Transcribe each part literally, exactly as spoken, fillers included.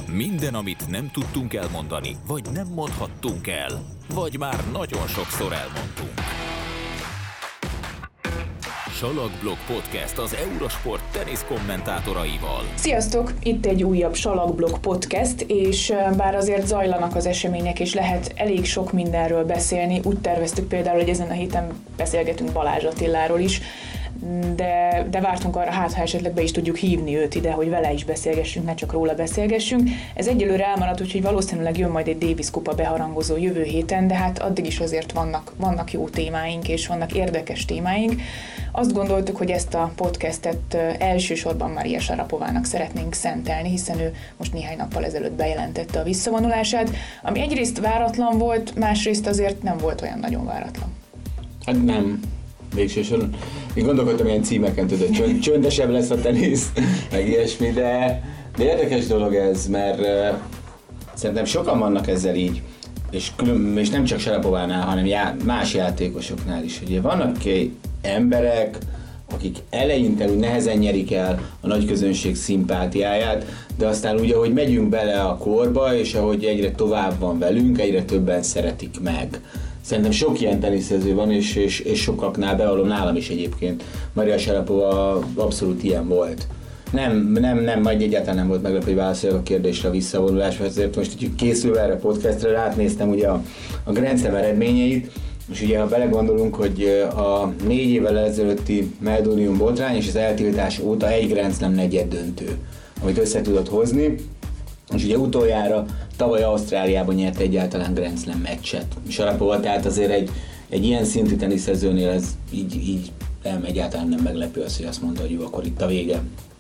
Minden, amit nem tudtunk elmondani, vagy nem mondhattunk el, vagy már nagyon sokszor elmondtunk. Salakblog Podcast az Eurosport tenisz kommentátoraival. Sziasztok! Itt egy újabb Salakblog Podcast, és bár azért zajlanak az események, és lehet elég sok mindenről beszélni, úgy terveztük például, hogy ezen a héten beszélgetünk Balázs Attiláról is, de, de vártunk arra, hát ha esetleg be is tudjuk hívni őt ide, hogy vele is beszélgessünk, ne csak róla beszélgessünk. Ez egyelőre elmaradt, úgyhogy valószínűleg jön majd egy Davis kupa beharangozó jövő héten, de hát addig is azért vannak, vannak jó témáink, és vannak érdekes témáink. Azt gondoltuk, hogy ezt a podcastet elsősorban Maria Sharapovának szeretnénk szentelni, hiszen ő most néhány nappal ezelőtt bejelentette a visszavonulását, ami egyrészt váratlan volt, másrészt azért nem volt olyan nagyon váratlan. Hát nem. Végsősoron. Én gondolkodtam ilyen címeken, tudod, csönd, csöndesebb lesz a tenisz, meg ilyesmi, de, de érdekes dolog ez, mert uh, szerintem sokan vannak ezzel így, és, külön, és nem csak Sharapovánál, hanem já, más játékosoknál is. Ugye vannak emberek, akik eleinte úgy nehezen nyerik el a nagy közönség szimpátiáját, de aztán úgy, ahogy megyünk bele a korba, és ahogy egyre tovább van velünk, egyre többen szeretik meg. Szerintem sok ilyen teniszező van, és, és, és sokaknál bevallom, nálam is egyébként. Maria Sharapova abszolút ilyen volt. Nem, nem, nem, majd egyáltalán nem volt meglepő, hogy válaszoljak a kérdésre a visszavonulás, mert azért most így készülve erre a podcastra átnéztem ugye a, a Grand Slam eredményeit, és ugye ha belegondolunk, hogy a négy évvel ezelőtti Meldonium botrány és az eltiltás óta egy Grand Slam negyed döntő, amit össze tudott hozni, és ugye utoljára tavaly Ausztráliában nyert egyáltalán Grand Slam meccset. Sharapova, tehát azért egy, egy ilyen szintű teniszezőnél ez így, így nem, egyáltalán nem meglepő az, hogy azt mondta, hogy jó, akkor itt a vége.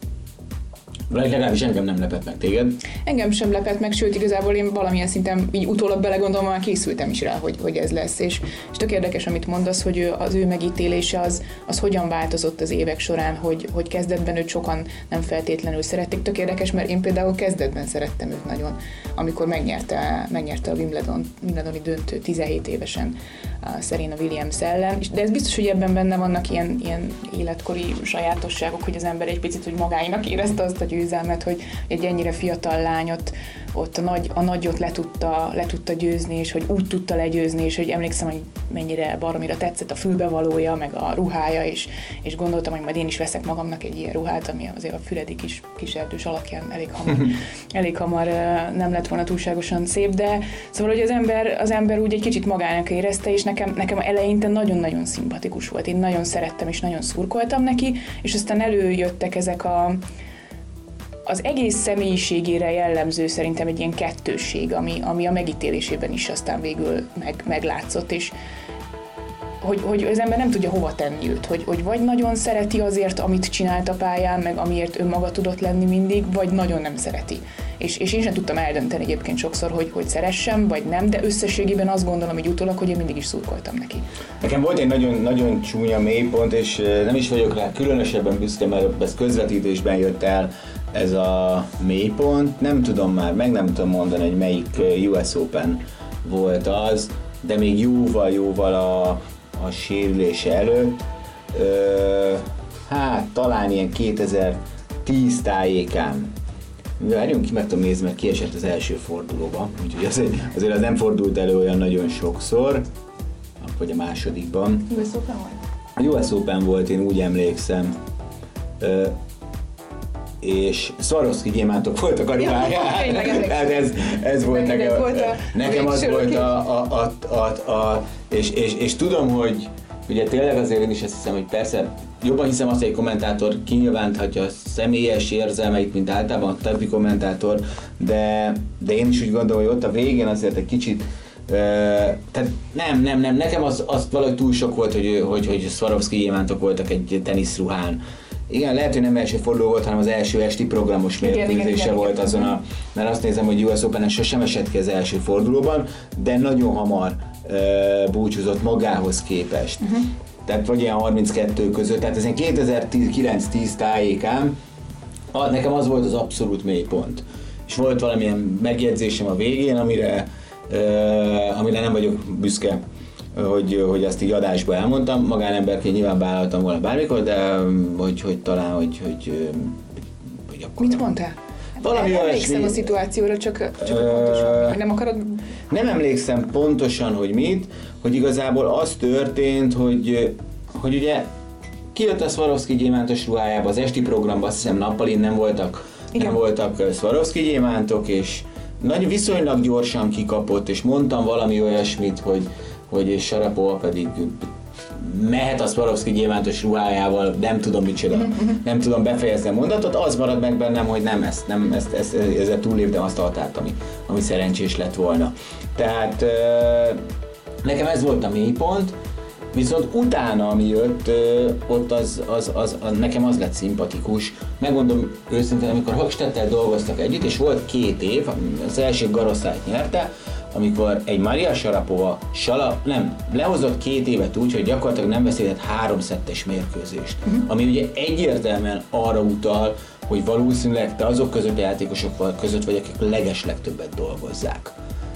Legalábbis engem nem lepett meg téged. Engem sem lepett meg, sőt igazából én valamilyen szinten így utólag belegondolom, már készültem is rá, hogy, hogy ez lesz. És, és tök érdekes, amit mondasz, hogy ő, az ő megítélése az, az hogyan változott az évek során, hogy, hogy kezdetben őt sokan nem feltétlenül szerették. Tök érdekes, mert én például kezdetben szerettem őt nagyon, amikor megnyerte, megnyerte a Wimbledon, Wimbledoni döntő tizenhét évesen a Serena Williams ellen. De ez biztos, hogy ebben benne vannak ilyen, ilyen életkori sajátosságok, hogy az ember egy picit hogy magáinak érezte azt a győzelmet, hogy egy ennyire fiatal lányot ott a, nagy, a nagyot le tudta, le tudta győzni, és hogy úgy tudta legyőzni, és hogy emlékszem, hogy mennyire baromira tetszett a fülbevalója, meg a ruhája, és, és gondoltam, hogy majd én is veszek magamnak egy ilyen ruhát, ami azért a Füredi kis, kis erdős alakján elég hamar, elég hamar nem lett volna túlságosan szép, de szóval, hogy az ember, az ember úgy egy kicsit magának érezte, és nekem, nekem eleinte nagyon-nagyon szimpatikus volt. Én nagyon szerettem, és nagyon szurkoltam neki, és aztán előjöttek ezek a az egész személyiségére jellemző szerintem egy ilyen kettősség, ami, ami a megítélésében is aztán végül meg, meglátszott, és hogy, hogy az ember nem tudja hova tenni őt, hogy, hogy vagy nagyon szereti azért, amit csinált a pályán, meg amiért önmaga tudott lenni mindig, vagy nagyon nem szereti. És, és én sem tudtam eldönteni egyébként sokszor, hogy, hogy szeressem, vagy nem, de összességében azt gondolom, hogy utólag, hogy én mindig is szurkoltam neki. Nekem volt egy nagyon, nagyon csúnya mélypont, és nem is vagyok rá különösebben büszke, mert ez közvetítésben jött el ez a mélypont. Nem tudom már, meg nem tudom mondani, hogy melyik U S Open volt az, de még jóval-jóval a, a sérülése előtt. Ö, hát talán ilyen kétezer-tíz tájékán. Várjunk ki, meg tudom nézni, mert kiesett az első fordulóba, úgyhogy azért, azért az nem fordult elő olyan nagyon sokszor, vagy a másodikban. U S Open volt? A U S Open volt, én úgy emlékszem. Ö, és Swarovski gyémántok voltak a ruháján. Hát ez, ez volt nekem, ez volt a, nekem az volt a, a, a, a, a és, és, és tudom, hogy ugye tényleg azért én is ezt hiszem, hogy persze jobban hiszem azt, hogy egy kommentátor kinyilvánthatja a személyes érzelmeit, mint általában a többi kommentátor, de, de én is úgy gondolom, hogy ott a végén azért egy kicsit Uh, tehát nem, nem, nem, nekem az, az valahogy túl sok volt, hogy, hogy, hogy Swarovski gyémántok voltak egy teniszruhán. Igen, lehet, hogy nem első forduló volt, hanem az első esti programos mérkőzése volt azon a, mert azt nézem, hogy U S Open-en sosem esett ki az első fordulóban, de nagyon hamar uh, búcsúzott magához képest. Uh-huh. Tehát vagy ilyen harminckettő között, tehát ez ilyen kétezer-kilenc-tíz tájékán, nekem az volt az abszolút mélypont. És volt valamilyen megjegyzésem a végén, amire, uh, amire nem vagyok büszke, hogy, hogy ezt így adásba elmondtam. Magánemberként nyilván vállaltam volna bármikor, de hogy, hogy talán, hogy, hogy, hogy akkor... Mit mondtál? Valami nem olyasmi... emlékszem a szituációra, csak, csak Ö... pontosan, hogy nem akarod... Nem emlékszem pontosan, hogy mit, hogy igazából az történt, hogy, hogy ugye kijött a Swarovski gyémántos ruhájába, az esti programban, azt hiszem nappalin nem voltak, nem voltak Swarovski gyémántok, és nagy viszonylag gyorsan kikapott, és mondtam valami olyasmit, hogy, hogy és Sarapova pedig mehet a Swarovski gyémántos ruhájával, nem tudom micsoda, nem tudom befejezni a mondatot, az marad meg bennem, hogy nem, ezt, nem, ezt, ezt, ezzel túléptem azt a határt, ami, ami szerencsés lett volna. Tehát nekem ez volt a mélypont, viszont utána, ami jött, ott az, az, az, az, nekem az lett szimpatikus. Megmondom őszintén, amikor Högstedttel dolgoztak együtt, és volt két év, az első Garoszájt nyerte, amikor egy Maria Sharapova sala, nem, lehozott két évet úgy, hogy gyakorlatilag nem veszített három szettes mérkőzést. Uh-huh. Ami ugye egyértelműen arra utal, hogy valószínűleg te azok között a játékosok között vagy, akik legeslegtöbbet dolgozzák.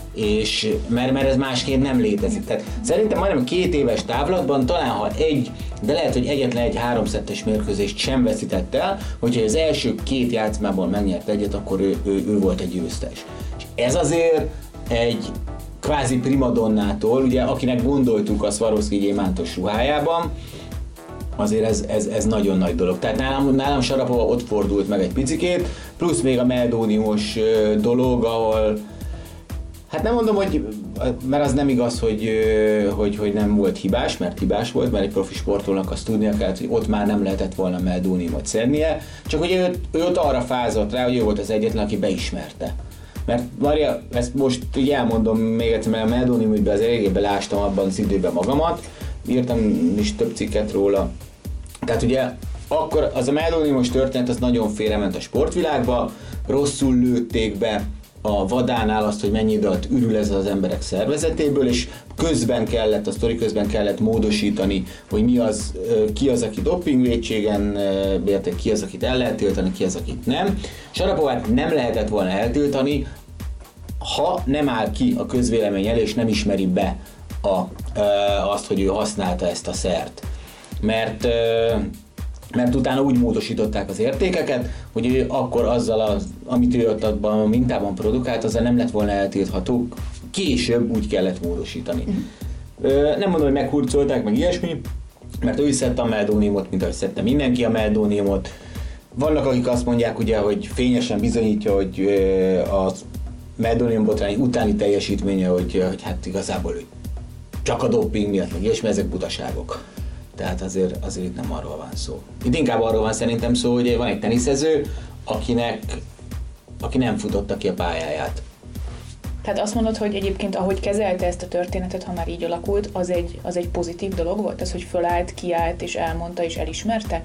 És mert, mert ez másként nem létezik. Tehát szerintem majdnem két éves távlatban talán ha egy, de lehet, hogy egyetlen egy háromszettes mérkőzést sem veszített el, hogyha az első két játszmában megnyert egyet, akkor ő, ő, ő volt egy győztes. És ez azért egy kvázi primadonnától, ugye akinek gondoltuk a Swarovski gyémántos ruhájában, azért ez, ez, ez nagyon nagy dolog. Tehát nálam, nálam Sharapova ott fordult meg egy picikét, plusz még a meldóniumos dolog, ahol hát nem mondom, hogy, mert az nem igaz, hogy, hogy, hogy nem volt hibás, mert hibás volt, mert egy profi sportolónak azt tudnia kellett, hogy ott már nem lehetett volna meldóniumot szednie, csak hogy ő, ő ott arra fázott rá, hogy ő volt az egyetlen, aki beismerte. Mert Maria, ezt most ugye elmondom még egyszer, mert a meldóniumban az eléggé belástam abban az időben magamat, írtam is több cikket róla. Tehát ugye akkor az a meldóniumos történet az nagyon félrement a sportvilágba, rosszul lőtték be a vadánál azt, hogy mennyi idő alatt ürül ez az emberek szervezetéből, és közben kellett, a sztori közben kellett módosítani, hogy mi az, ki az, aki dopingvétségen, ki az, akit el lehet tiltani, ki az, akit nem. Sarapovát nem lehetett volna eltiltani, ha nem áll ki a közvélemény elé, és nem ismeri be a, azt, hogy ő használta ezt a szert. Mert mert utána úgy módosították az értékeket, hogy ő akkor azzal, az, amit ő ott abban a mintában produkált, azzal nem lett volna eltiltható, később úgy kellett módosítani. Uh-huh. Nem mondom, hogy meghurcolták, meg ilyesmi, mert ő is szedte a meldóniumot, mint ahogy szedte mindenki a meldóniumot. Vannak, akik azt mondják, ugye, hogy fényesen bizonyítja, hogy a meldónium botrány utáni teljesítménye, hogy, hogy hát igazából ő csak a doping miatt, meg ilyesmi, ezek butaságok. Tehát azért, azért itt nem arról van szó. Itt inkább arról van szerintem szó, hogy van egy teniszező, akinek, aki nem futotta ki a pályáját. Tehát azt mondod, hogy egyébként ahogy kezelte ezt a történetet, ha már így alakult, az egy, az egy pozitív dolog volt? Az, hogy fölállt, kiállt és elmondta és elismerte?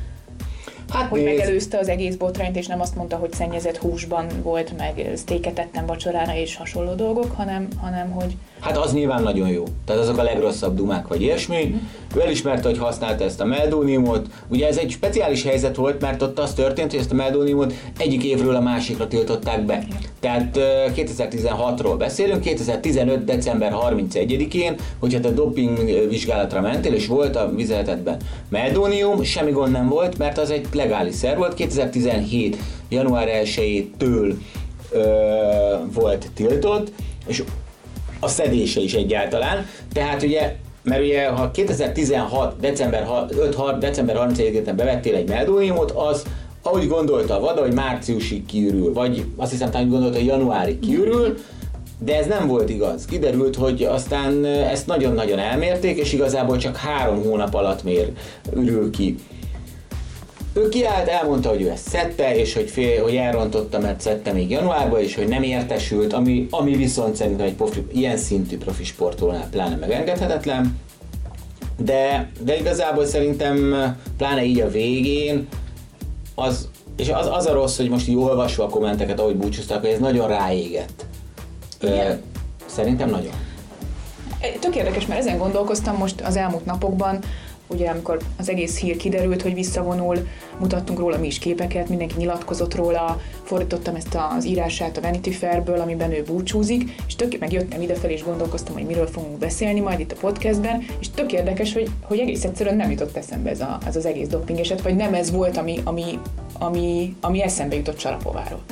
Hát hogy nézd. Megelőzte az egész botrányt, és nem azt mondta, hogy szennyezett húsban volt, meg sztéket ettem vacsorára és hasonló dolgok, hanem, hanem hogy... Hát az nyilván nagyon jó. Tehát azok a legrosszabb dumák vagy ilyesmi. Mm. Ő elismerte, hogy használta ezt a meldóniumot. Ugye ez egy speciális helyzet volt, mert ott az történt, hogy ezt a meldóniumot egyik évről a másikra tiltották be. Mm. Tehát kétezer-tizenhatról beszélünk, kétezer-tizenöt. december harmincegyedikén, hogyha te doping vizsgálatra mentél, és volt a vizeletedben meldónium, semmi gond nem volt, mert az egy legális szer volt. kétezer-tizenhét. január elsejétől ö, volt tiltott, és a szedése is egyáltalán. Tehát ugye, mert ugye ha kétezer-tizenhat. december harmincegyedikén bevettél egy meldóniumot, az ahogy gondolta a VADA, hogy márciusig kiürül, vagy azt hiszem, hogy gondolta, hogy januárig kiürül, de ez nem volt igaz. Kiderült, hogy aztán ezt nagyon-nagyon elmérték, és igazából csak három hónap alatt mér ürül ki. Ő kiállt, elmondta, hogy ő ezt szedte, és hogy, fél, hogy elrontotta, mert szedte még januárban, és hogy nem értesült, ami, ami viszont szerintem egy profi, ilyen szintű profi sportolónál pláne megengedhetetlen. De, de igazából szerintem pláne így a végén, az, és az, az a rossz, hogy most így olvasva a kommenteket, ahogy búcsúztak, hogy ez nagyon ráégett. Ö, szerintem nagyon. Tök érdekes, mert ezen gondolkoztam most az elmúlt napokban, ugye amikor az egész hír kiderült, hogy visszavonul, mutattunk róla mi is képeket, mindenki nyilatkozott róla, fordítottam ezt az írását a Vanity Fairből, amiben ő búcsúzik, és tök, meg jöttem idefelé, és gondolkoztam, hogy miről fogunk beszélni majd itt a podcastben, és tök érdekes, hogy, hogy egész egyszerűen nem jutott eszembe ez, a, ez az egész doping eset, vagy nem ez volt, ami, ami, ami, ami eszembe jutott Sharapováról.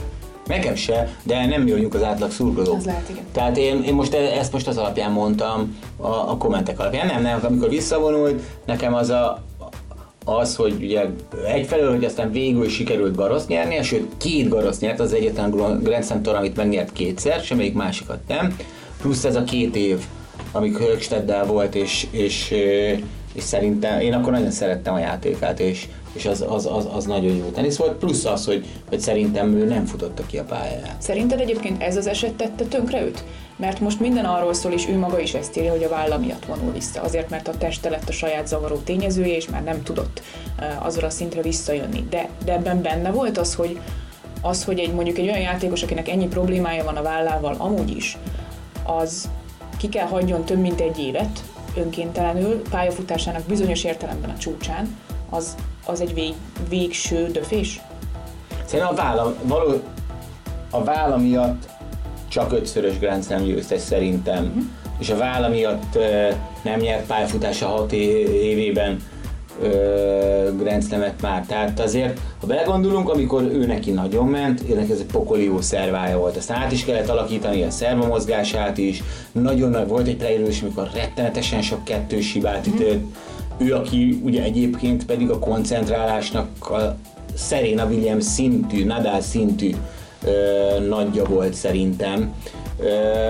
Nekem se, de nem mi vagyunk az átlag szurkolók. Az lehet, igen. Tehát én, én most ezt most az alapján mondtam, a, a kommentek alapján. Nem, nem, amikor visszavonult, nekem az a az, hogy ugye egyfelől, hogy aztán végül sikerült Garoszt nyernie, sőt két Garoszt nyert, az egyetlen Grand Slam torna, amit megnyert kétszer, semmelyik másikat nem. Plusz ez a két év, amíg Högsteddel volt, és, és, és szerintem, én akkor nagyon szerettem a játékát, és, és az, az, az, az nagyon jó tenisz volt, plusz az, hogy, hogy szerintem ő nem futotta ki a pályáját. Szerinted egyébként ez az eset tette tönkre őt? Mert most minden arról szól, és ő maga is ezt írja, hogy a válla miatt vonul vissza. Azért, mert a teste lett a saját zavaró tényezője, és már nem tudott azra a szintre visszajönni. De, de ebben benne volt az, hogy, az, hogy egy, mondjuk egy olyan játékos, akinek ennyi problémája van a vállával amúgy is, az ki kell hagyjon több mint egy évet önkéntelenül, pályafutásának bizonyos értelemben a csúcsán, az, az egy vég, végső döfés? Szerintem a válla, való, a válla miatt csak ötszörös Grand Slam győztes szerintem, uh-huh. és a válla miatt uh, nem nyert pályafutása hat évében uh, Grand Slamet már. Tehát azért, ha belegondolunk, amikor ő neki nagyon ment, őnek ez egy pokoli jó szervája volt. Aztán át is kellett alakítani a szerva mozgását is, nagyon nagy volt egy playerős, amikor rettenetesen sok kettős hibát uh-huh. ütött. Ő, aki ugye egyébként pedig a koncentrálásnak a Serena Williams szintű, Nadal szintű Ö, nagyja volt szerintem. Ö,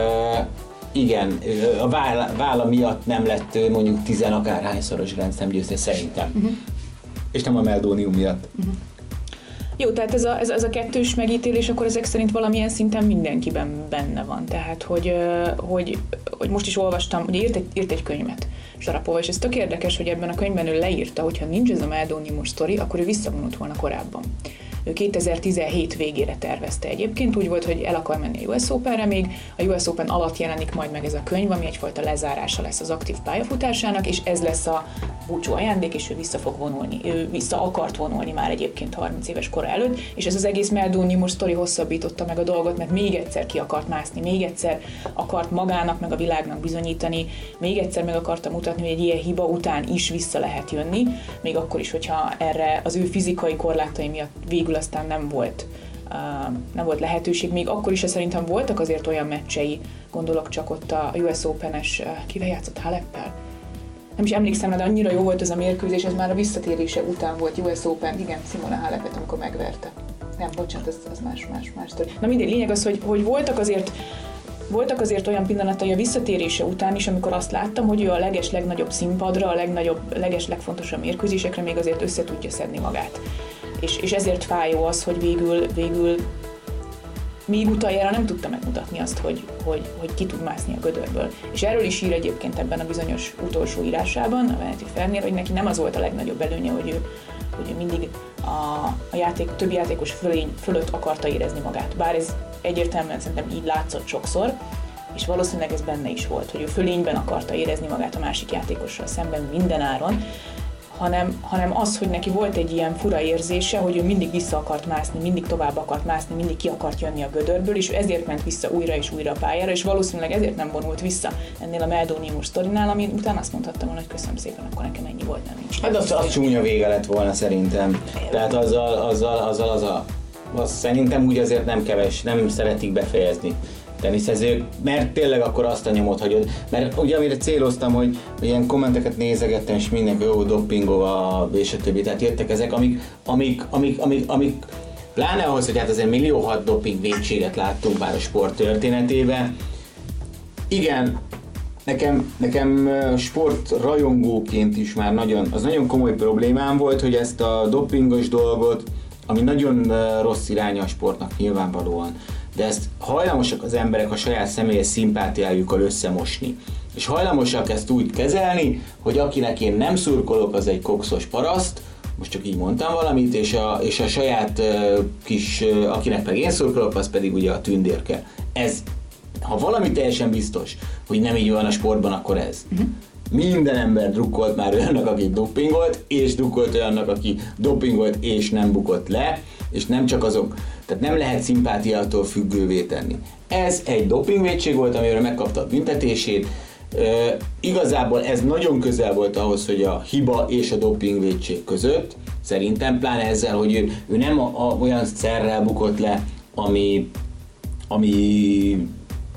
igen, a válla, válla miatt nem lett mondjuk tizen akárhányszoros Grand Slam győztes szerintem. Uh-huh. És nem a Meldonium miatt. Uh-huh. Jó, tehát ez a, ez, ez a kettős megítélés, akkor ezek szerint valamilyen szinten mindenkiben benne van. Tehát, hogy, hogy, hogy most is olvastam, hogy írt egy, írt egy könyvet Sarapova, és ez tök érdekes, hogy ebben a könyvben ő leírta, hogyha nincs ez a Meldonium sztori, akkor ő visszavonult volna korábban. Ő kétezer-tizenhét végére tervezte egyébként, úgy volt, hogy el akar menni a U S Openre még, a U S Open alatt jelenik majd meg ez a könyv, ami egyfajta lezárása lesz az aktív pályafutásának, és ez lesz a búcsú ajándék, és ő vissza fog vonulni. Ő vissza akart vonulni már egyébként harminc éves kora előtt, és ez az egész Meldonium sztori hosszabbította meg a dolgot, mert még egyszer ki akart mászni, még egyszer akart magának, meg a világnak bizonyítani, még egyszer meg akarta mutatni, hogy egy ilyen hiba után is vissza lehet jönni, még akkor is, hogyha erre az ő fizikai korlátai miatt végül aztán nem volt, uh, nem volt lehetőség, még akkor is szerintem voltak azért olyan meccsei, gondolok csak ott a U S Open-es, uh, kivel játszott, Haleppel? Nem is emlékszem, de annyira jó volt ez a mérkőzés, ez már a visszatérése után volt U S Open, igen, Simona Halepet, amikor megverte. Nem, bocsánat, ez, ez más, más, más. Na mindegy, lényeg az, hogy, hogy voltak azért Voltak azért olyan pillanatai a visszatérése után is, amikor azt láttam, hogy ő a leges legnagyobb színpadra, a legnagyobb, leges legfontosabb mérkőzésekre még azért össze tudja szedni magát. És, és ezért fájó az, hogy végül, végül még utoljára nem tudta megmutatni azt, hogy, hogy, hogy ki tud mászni a gödörből. És erről is ír egyébként ebben a bizonyos utolsó írásában, a Vanity Fairnél, hogy neki nem az volt a legnagyobb előnye, hogy ő, hogy ő mindig a, a játék, többi játékos fölény, fölött akarta érezni magát. Bár ez egyértelműen szerintem így látszott sokszor, és valószínűleg ez benne is volt, hogy ő fölényben akarta érezni magát a másik játékossal szemben minden áron, hanem, hanem az, hogy neki volt egy ilyen fura érzése, hogy ő mindig vissza akart mászni, mindig tovább akart mászni, mindig ki akart jönni a gödörből, és ő ezért ment vissza újra és újra a pályára, és valószínűleg ezért nem vonult vissza ennél a Meldonium sztorinál, ami után azt mondhattam volna, hogy köszönöm szépen, akkor nekem ennyi volt, nem nincs. Hát az, az csúnya vége lett volna szerintem. Tehát azzal, azzal, azzal az a... Az szerintem úgy azért nem keves, nem szeretik befejezni teniszezők, mert tényleg akkor azt a nyomot hagyod. Mert ugye amire céloztam, hogy ilyen kommenteket nézegettem, és mindenki jó dopingova, és a többi, tehát jöttek ezek, amik, amik, amik, amik, amik pláne ahhoz, hogy hát azért millió hat doping vétséget láttunk már a sport történetében. Igen, nekem, nekem sport rajongóként is már nagyon, az nagyon komoly problémám volt, hogy ezt a dopingos dolgot, ami nagyon rossz iránya a sportnak nyilvánvalóan, de ezt hajlamosak az emberek a saját személyes szimpátiájukkal összemosni. És hajlamosak ezt úgy kezelni, hogy akinek én nem szurkolok, az egy kokszos paraszt, most csak így mondtam valamit, és a, és a saját uh, kis, uh, akinek meg én szurkolok, az pedig ugye a tündérke. Ez, ha valami teljesen biztos, hogy nem így van a sportban, akkor ez. Uh-huh. Minden ember drukkolt már olyannak, aki dopingolt, és drukkolt olyannak, aki dopingolt, és nem bukott le, és nem csak azok, tehát nem lehet szimpátiától függővé tenni. Ez egy dopingvétség volt, amire megkapta a büntetését. E, igazából ez nagyon közel volt ahhoz, hogy a hiba és a dopingvétség között, szerintem pláne ezzel, hogy ő, ő nem a, a, olyan szerrel bukott le, ami, ami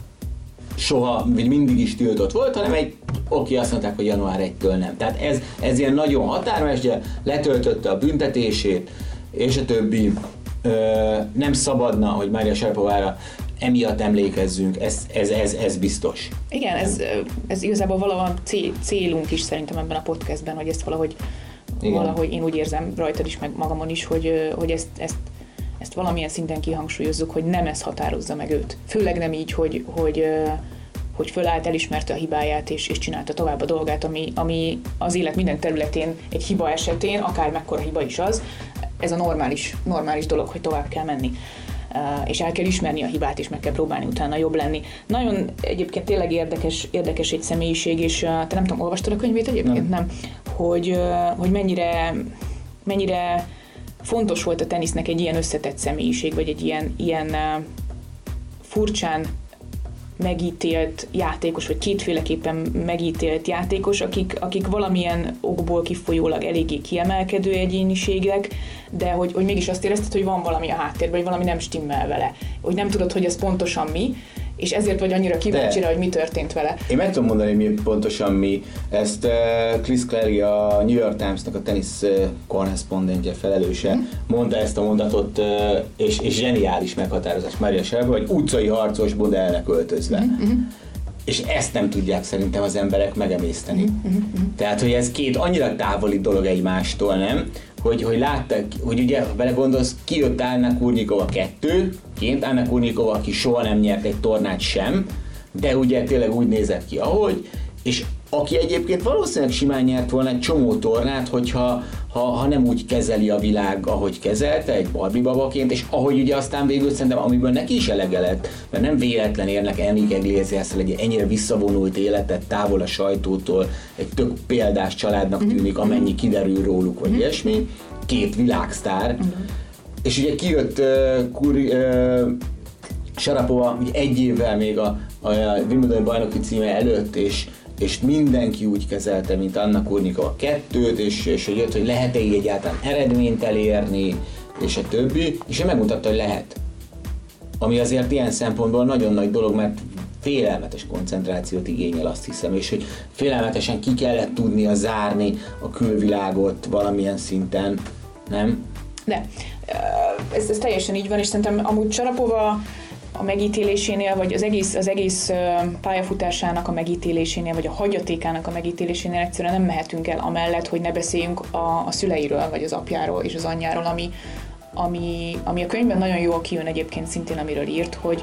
soha, vagy mindig is tiltott volt, hanem egy oké, azt mondták, hogy január elsejétől nem. Tehát ez, ez ilyen nagyon határmás, de letöltötte a büntetését, és a többi. Ö, nem szabadna, hogy Mária Sarapovára emiatt emlékezzünk, ez, ez, ez, ez biztos. Igen, ez, ez igazából valahol célunk is szerintem ebben a podcastben, hogy ezt valahogy, valahogy én úgy érzem rajtad is, meg magamon is, hogy, hogy ezt, ezt, ezt valamilyen szinten kihangsúlyozzuk, hogy nem ez határozza meg őt. Főleg nem így, hogy, hogy, hogy fölállt, elismerte a hibáját és, és csinálta tovább a dolgát, ami, ami az élet minden területén egy hiba esetén, akár mekkora hiba is az, ez a normális, normális dolog, hogy tovább kell menni. Uh, és el kell ismerni a hibát, és meg kell próbálni utána jobb lenni. Nagyon egyébként tényleg érdekes, érdekes egy személyiség, és uh, te nem tudom, olvastad a könyvét egyébként? Nem. nem. Hogy, uh, hogy mennyire, mennyire fontos volt a tenisznek egy ilyen összetett személyiség, vagy egy ilyen, ilyen uh, furcsán megítélt játékos, vagy kétféleképpen megítélt játékos, akik, akik valamilyen okból kifolyólag eléggé kiemelkedő egyéniségek, de hogy, hogy mégis azt érezted, hogy van valami a háttérben, vagy valami nem stimmel vele. Hogy nem tudod, hogy ez pontosan mi, és ezért vagy annyira kíváncsi rá, hogy mi történt vele. Én meg tudom mondani, mi pontosan mi. Ezt uh, Chris Clary, a New York Times-nak a tenisz uh, korrespondentje, felelőse, mm. mondta ezt a mondatot, uh, és, és zseniális meghatározás Mária Sharapova, hogy utcai harcosból elnek öltözve. Mm-hmm. És ezt nem tudják szerintem az emberek megemészteni. Mm-hmm. Tehát, hogy ez két annyira távoli dolog egymástól, nem? Hogy, hogy látták, hogy ugye, ha belegondolsz, kijött Anna Kurnikova kettőként, Anna Kurnikova, aki soha nem nyert egy tornát sem, de ugye tényleg úgy nézett ki, ahogy, és aki egyébként valószínűleg simán nyert volna egy csomó tornát, hogyha ha, ha nem úgy kezeli a világ, ahogy kezelte, egy Barbie babaként, és ahogy ugye aztán végül szerintem, amiből neki is elege lett, mert nem véletlen érnek Enrique Iglesiassal egy ennyire visszavonult életet, távol a sajtótól, egy tök példás családnak tűnik, amennyi kiderül róluk, vagy ilyesmi, két világsztár, uh-huh. és ugye kijött uh, Kuri, uh, Sharapova egy évvel még a, a, a Wimbledon bajnoki címe előtt, és és mindenki úgy kezelte, mint Anna Kurnikova kettőt, és, és hogy jött, hogy lehet-e így egyáltalán eredményt elérni, és a többi, és ő megmutatta, hogy lehet. Ami azért ilyen szempontból nagyon nagy dolog, mert félelmetes koncentrációt igényel, azt hiszem, és hogy félelmetesen ki kellett tudnia zárni a külvilágot valamilyen szinten, nem? De, ez, ez teljesen így van, és szerintem amúgy Sharapova a megítélésénél, vagy az egész, az egész pályafutásának a megítélésénél, vagy a hagyatékának a megítélésénél egyszerűen nem mehetünk el amellett, hogy ne beszéljünk a, a szüleiről, vagy az apjáról és az anyjáról, ami, ami, ami a könyvben nagyon jól kijön egyébként szintén, amiről írt, hogy,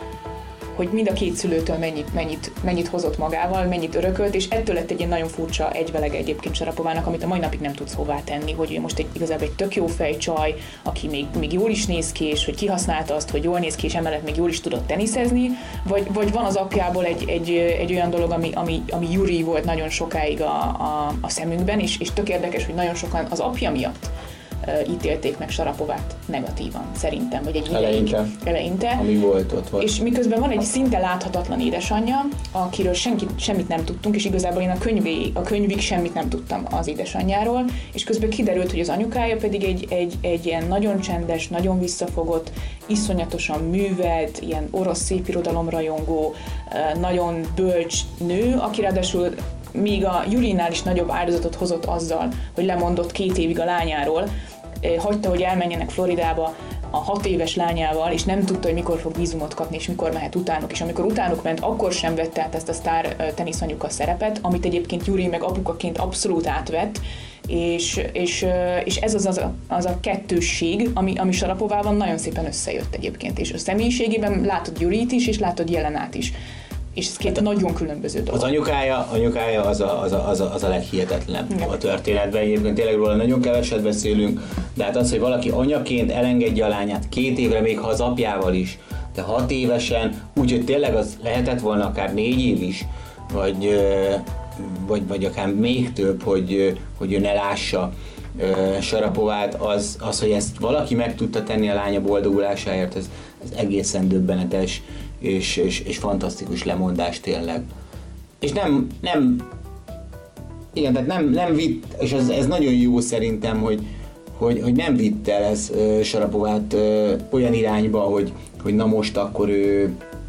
hogy mind a két szülőtől mennyit, mennyit, mennyit hozott magával, mennyit örökölt, és ettől lett egy ilyen nagyon furcsa egyvelege egyébként Sarapovának, amit a mai napig nem tudsz hová tenni, hogy ő most egy, igazából egy tök jó fejcsaj, aki még, még jól is néz ki, és hogy kihasználta azt, hogy jól néz ki, és emellett még jól is tudott teniszezni, vagy, vagy van az apjából egy, egy, egy olyan dolog, ami, ami, ami Juri volt nagyon sokáig a, a, a szemünkben, és, és tök érdekes, hogy nagyon sokan az apja miatt ítélték meg Sarapovát negatívan, szerintem, vagy egy eleinte, eleinte. Ami volt ott volt. És miközben van egy szinte láthatatlan édesanyja, akiről senki, semmit nem tudtunk, és igazából én a, könyvé, a könyvig semmit nem tudtam az édesanyjáról, és közben kiderült, hogy az anyukája pedig egy, egy, egy ilyen nagyon csendes, nagyon visszafogott, iszonyatosan művelt, ilyen orosz szépirodalom rajongó, nagyon bölcs nő, aki ráadásul míg a Jurinál is nagyobb áldozatot hozott azzal, hogy lemondott két évig a lányáról, hagyta, hogy elmenjenek Floridába a hat éves lányával, és nem tudta, hogy mikor fog vízumot kapni, és mikor mehet utánuk. És amikor utánuk ment, akkor sem vette át ezt a sztár teniszanyuka szerepet, amit egyébként Juri meg apukaként abszolút átvett, és, és, és ez az, az, a, az a kettősség, ami, ami Sarapovában nagyon szépen összejött egyébként. És a személyiségében látod Jurit is, és látod Jelenát is. És ez két nagyon különböző dolog. Az anyukája, anyukája az, a, az, a, az, a, az a leghihetetlenebb ja. a történetben. Egyébként tényleg róla nagyon keveset beszélünk, de hát az, hogy valaki anyaként elengedje a lányát két évre, még ha az apjával is, de hat évesen, úgyhogy tényleg az lehetett volna akár négy év is, vagy, vagy, vagy akár még több, hogy, hogy ő ne lássa Sarapovát, az, az, hogy ezt valaki meg tudta tenni a lánya boldogulásáért, ez, ez egészen döbbenetes. És, és, és fantasztikus lemondás tényleg. És nem, nem, igen, tehát nem, nem vitt, és ez, ez nagyon jó szerintem, hogy, hogy, hogy nem vitt el ez Sarapovát olyan irányba, hogy, hogy na most akkor ő,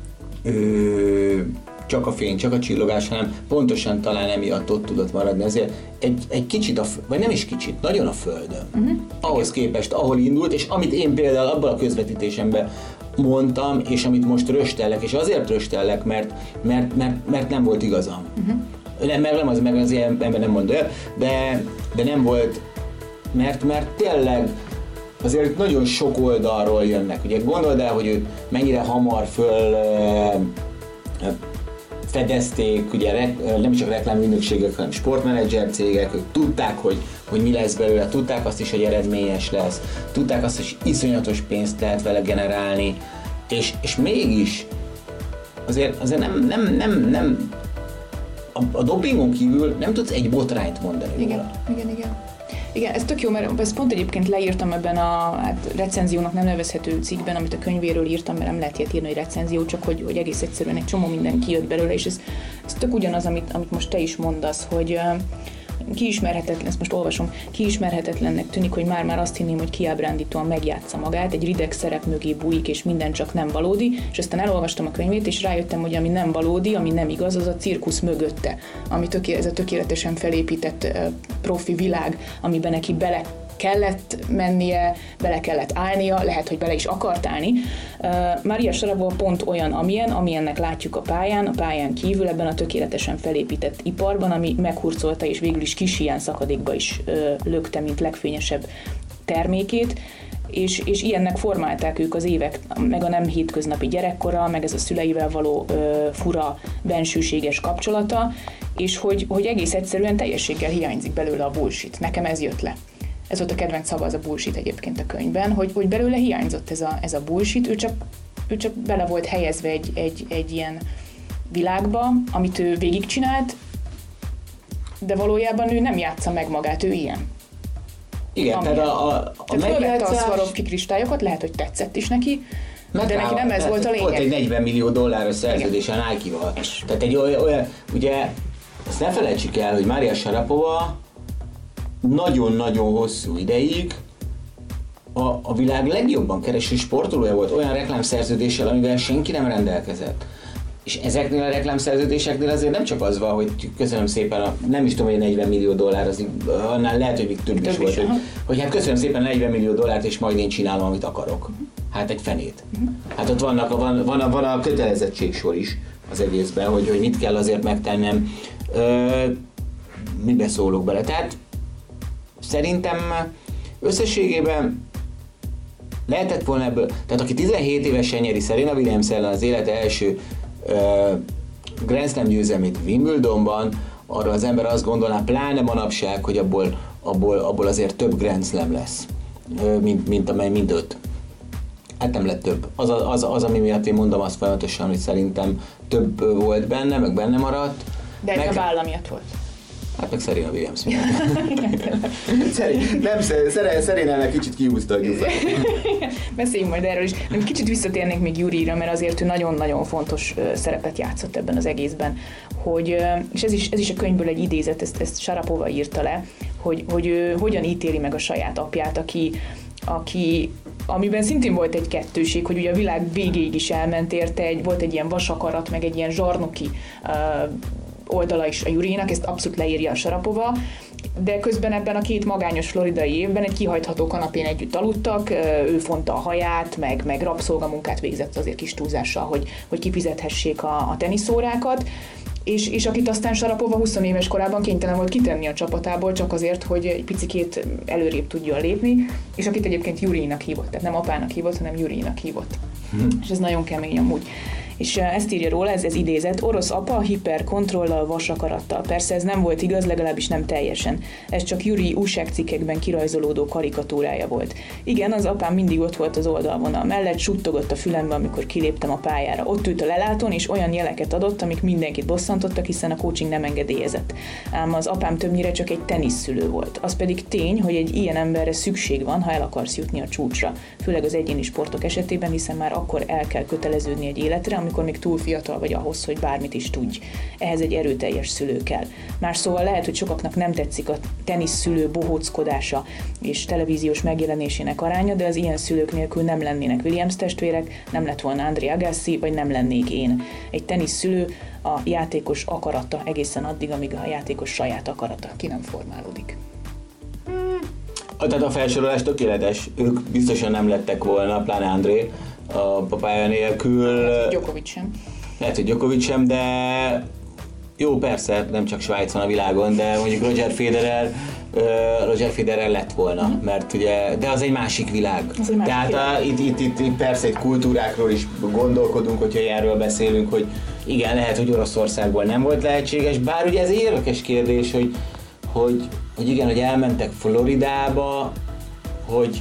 ő csak a fény, csak a csillogás, hanem pontosan talán emiatt ott tudott maradni. Azért egy, egy kicsit, a, vagy nem is kicsit, nagyon a földön. Uh-huh. Ahhoz képest, ahol indult, és amit én például abban a közvetítésemben mondtam, és amit most röstellek, és azért röstellek, mert, mert, mert, mert nem volt igazam. Uh-huh. Nem, mert nem az, meg az ilyen ember nem mond el, de, de nem volt, mert, mert tényleg azért nagyon sok oldalról jönnek. Ugye gondold el, hogy őt mennyire hamar föl fedezték, ugye nem csak reklámügynökségek, hanem sportmenedzser cégek, ők tudták, hogy, hogy mi lesz belőle, tudták azt is, hogy eredményes lesz, tudták azt, hogy iszonyatos pénzt lehet vele generálni, és, és mégis azért, azért nem, nem, nem, nem a, a dopingon kívül nem tudsz egy botrányt mondani. Igen, róla. igen, igen. Igen, ez tök jó, mert ezt pont egyébként leírtam ebben a hát, recenziónak nem nevezhető cikkben, amit a könyvéről írtam, mert nem lehet ilyet írni, hogy recenzió, csak hogy, hogy egész egyszerűen egy csomó minden kijött belőle, és ez, ez tök ugyanaz, amit, amit most te is mondasz, hogy uh, kiismerhetetlen, ezt most olvasom, kiismerhetetlennek tűnik, hogy már-már azt hinném, hogy kiábrándítóan megjátsza magát, egy rideg szerep mögé bújik, és minden csak nem valódi, és aztán elolvastam a könyvét, és rájöttem, hogy ami nem valódi, ami nem igaz, az a cirkusz mögötte, ami töké, ez a tökéletesen felépített uh, profi világ, amiben neki bele kellett mennie, bele kellett állnia, lehet, hogy bele is akart állni. Uh, Maria Sharapova pont olyan, amilyen, amilyennek látjuk a pályán, a pályán kívül, ebben a tökéletesen felépített iparban, ami meghurcolta és végül is kis ilyen szakadékba is uh, lökte, mint legfényesebb termékét, és, és ilyennek formálták ők az évek, meg a nem hétköznapi gyerekkora, meg ez a szüleivel való uh, fura, bensőséges kapcsolata, és hogy, hogy egész egyszerűen teljességgel hiányzik belőle a bullshit. Nekem ez jött le. Ez volt a kedvenc szava, az a bullshit egyébként a könyvben, hogy, hogy belőle hiányzott ez a, ez a bullshit, ő csak, ő csak bele volt helyezve egy, egy, egy ilyen világba, amit ő végigcsinált, de valójában ő nem játsza meg magát, ő ilyen. Igen, tehát a, a, a tehát fölvette a Swarovski kristályokat, lehet, hogy tetszett is neki, meg de neki nem ez volt a lényeg. Volt egy negyven millió dolláros szerződés a Nike-val. Tehát egy olyan, olyan, ugye, ezt ne felejtsük el, hogy Maria Sharapova nagyon-nagyon hosszú ideig a, a világ legjobban kereső sportolója volt olyan reklámszerződéssel, amivel senki nem rendelkezett. És ezeknél a reklámszerződéseknél azért nem csak az van, hogy köszönöm szépen, a, nem is tudom, hogy negyven millió dollár, az, annál lehet, hogy még több, több is volt, hogy, hogy hát köszönöm szépen negyven millió dollárt, és majd én csinálom, amit akarok. Hát egy fenét. Hát ott vannak, van, van, a, van a kötelezettségsor is az egészben, hogy, hogy mit kell azért megtennem, Ö, mibe szólok bele. Tehát szerintem összességében lehetett volna ebből, tehát aki tizenhét évesen nyeri Serena Williams ellen az élete első uh, Grand Slam győzelmét Wimbledonban, arra az ember azt gondolná, pláne manapság, hogy abból, abból, abból azért több Grand Slam lesz, uh, mint, mint amely, mint öt. Hát nem lett több. Az, az, az, ami miatt én mondom azt folyamatosan, hogy szerintem több volt benne, meg benne maradt. De ez meg... a válla miatt volt. Hát meg Serena Williams miatt. Nem, Serenának kicsit kihúzta a gyufát. Beszéljünk majd erről is. Nem, kicsit visszatérnék még Jurira, mert azért ő nagyon-nagyon fontos szerepet játszott ebben az egészben. Hogy, és ez is, ez is a könyvből egy idézet, ezt, ezt Sharapova írta le, hogy, hogy ő hogyan ítéli meg a saját apját, aki, aki amiben szintén volt egy kettőség, hogy ugye a világ végéig is elment érte, egy, volt egy ilyen vasakarat, meg egy ilyen zsarnoki uh, oldala is a Jurinak, ezt abszolút leírja a Sharapova, de közben ebben a két magányos floridai évben egy kihajtható kanapén együtt aludtak, ő fonta a haját, meg, meg rabszolgamunkát végzett azért kis túlzással, hogy, hogy kifizethessék a, a teniszórákat, és, és akit aztán Sharapova húsz éves korában kénytelen volt kitenni a csapatából, csak azért, hogy egy picikét előrébb tudjon lépni, és akit egyébként Jurinak hívott, tehát nem apának hívott, hanem Jurinak hívott. Hmm. És ez nagyon kemény amúgy. És ezt írja róla, ez, ez idézet, orosz apa hiperkontrollal, vasakarattal. Persze ez nem volt igaz, legalábbis nem teljesen. Ez csak Juri újságcikkekben kirajzolódó karikatúrája volt. Igen, az apám mindig ott volt az oldalvonal mellett, suttogott a fülembe, amikor kiléptem a pályára. Ott ült a lelátón, és olyan jeleket adott, amik mindenkit bosszantottak, hiszen a coaching nem engedélyezett. Ám az apám többnyire csak egy teniszszülő volt. Az pedig tény, hogy egy ilyen emberre szükség van, ha el akarsz jutni a csúcsra. Főleg az egyéni sportok esetében, hiszen már akkor el kell köteleződni egy életre, amikor még túl fiatal vagy ahhoz, hogy bármit is tudj. Ehhez egy erőteljes szülő kell. Más szóval lehet, hogy sokaknak nem tetszik a teniszszülő bohóckodása és televíziós megjelenésének aránya, de az ilyen szülők nélkül nem lennének Williams testvérek, nem lett volna Andre Agassi, vagy nem lennék én. Egy teniszszülő a játékos akarata egészen addig, amíg a játékos saját akarata ki nem formálódik. Tehát a felsorolás tökéletes. Ők biztosan nem lettek volna, pláne André a papája nélkül. Djokovic sem. Lehet, hogy Djokovic sem, de jó, persze, nem csak Svájc van a világon, de mondjuk Roger Federer, uh, Roger Federer lett volna, mm. mert ugye, de az egy másik világ. Az egy másik Tehát világ. A, itt, itt, itt, itt persze egy kultúrákról is gondolkodunk, hogyha erről beszélünk, hogy igen, lehet, hogy Oroszországból nem volt lehetséges, bár ugye ez egy érdekes kérdés, hogy, hogy, hogy igen, hogy elmentek Floridába, hogy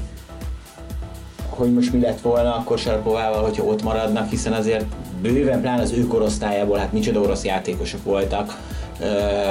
hogy most mi lett volna akkor Sarapovával, hogyha ott maradnak, hiszen azért bőven, pláne az ő korosztályából, hát micsoda orosz játékosok voltak, Ö,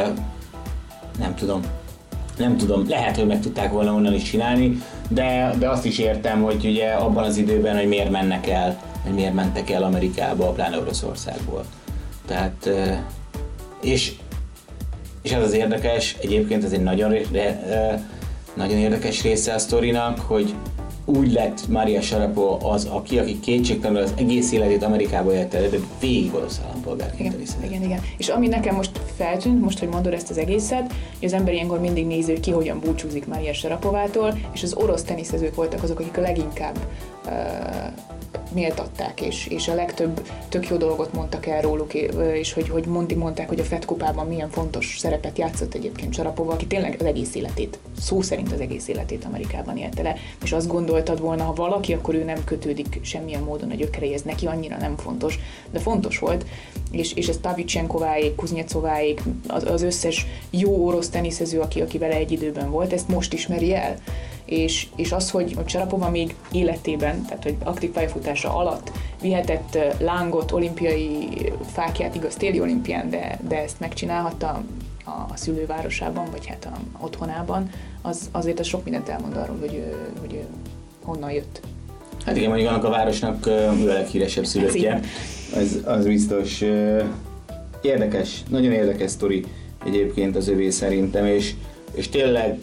nem tudom, nem tudom, lehet, hogy meg tudták volna onnan is csinálni, de, de azt is értem, hogy ugye abban az időben, hogy miért mennek el, hogy miért mentek el Amerikába, pláne Oroszországból. Tehát, és, és ez az érdekes, egyébként ez egy nagyon, nagyon érdekes része a sztorinak, hogy úgy lett Maria Sharapova az, aki, aki kétségtelenül az egész életét Amerikába élte, de végig orosz állampolgárként. Igen, igen, igen. És ami nekem most feltűnt, most, hogy mondod ezt az egészet, hogy az ember ilyenkor mindig nézi, hogy ki hogyan búcsúzik Maria Sharapovától, és az orosz teniszezők voltak azok, akik a leginkább uh, méltatták, és, és a legtöbb tök jó dolgot mondtak el róluk, és hogy, hogy Monti mondták, hogy a Fed kupában milyen fontos szerepet játszott egyébként Sharapova, aki tényleg az egész életét, szó szerint az egész életét Amerikában élte le, és azt gondoltad volna, ha valaki, akkor ő nem kötődik semmilyen módon a gyökereihez, neki annyira nem fontos, de fontos volt, és, és ez Pavlyuchenkováék, Kuznyecováék, az, az összes jó orosz teniszező, aki, aki vele egy időben volt, ezt most ismeri el. És, és az, hogy Sharapova még életében, tehát hogy aktív pályafutása alatt vihetett lángot, olimpiai fákját, igaz téli olimpián, de, de ezt megcsinálhatta a, a szülővárosában, vagy hát a otthonában, az, azért az sok mindent elmond arról, hogy, hogy honnan jött. Hát igen, mondjuk annak a városnak ő a leghíresebb szülöttje. Az, az biztos érdekes, nagyon érdekes sztori egyébként az övé szerintem, és, és tényleg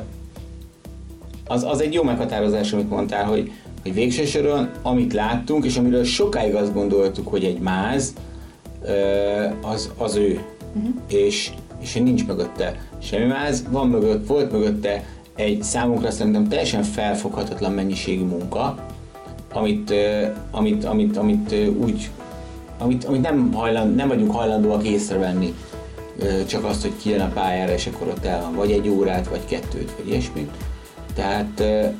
Az, az egy jó meghatározás, amit mondtál, hogy, hogy végső soron, amit láttunk, és amiről sokáig azt gondoltuk, hogy egy máz, az, az ő. Uh-huh. És, és nincs mögötte semmi máz, van mögött, volt mögötte egy számunkra szerintem teljesen felfoghatatlan mennyiségű munka, amit, amit, amit, amit úgy, amit, amit nem, hajland, nem vagyunk hajlandóak észrevenni. Csak azt, hogy kijön a pályára, és akkor ott el van, vagy egy órát, vagy kettőt, vagy ilyesmit. Tehát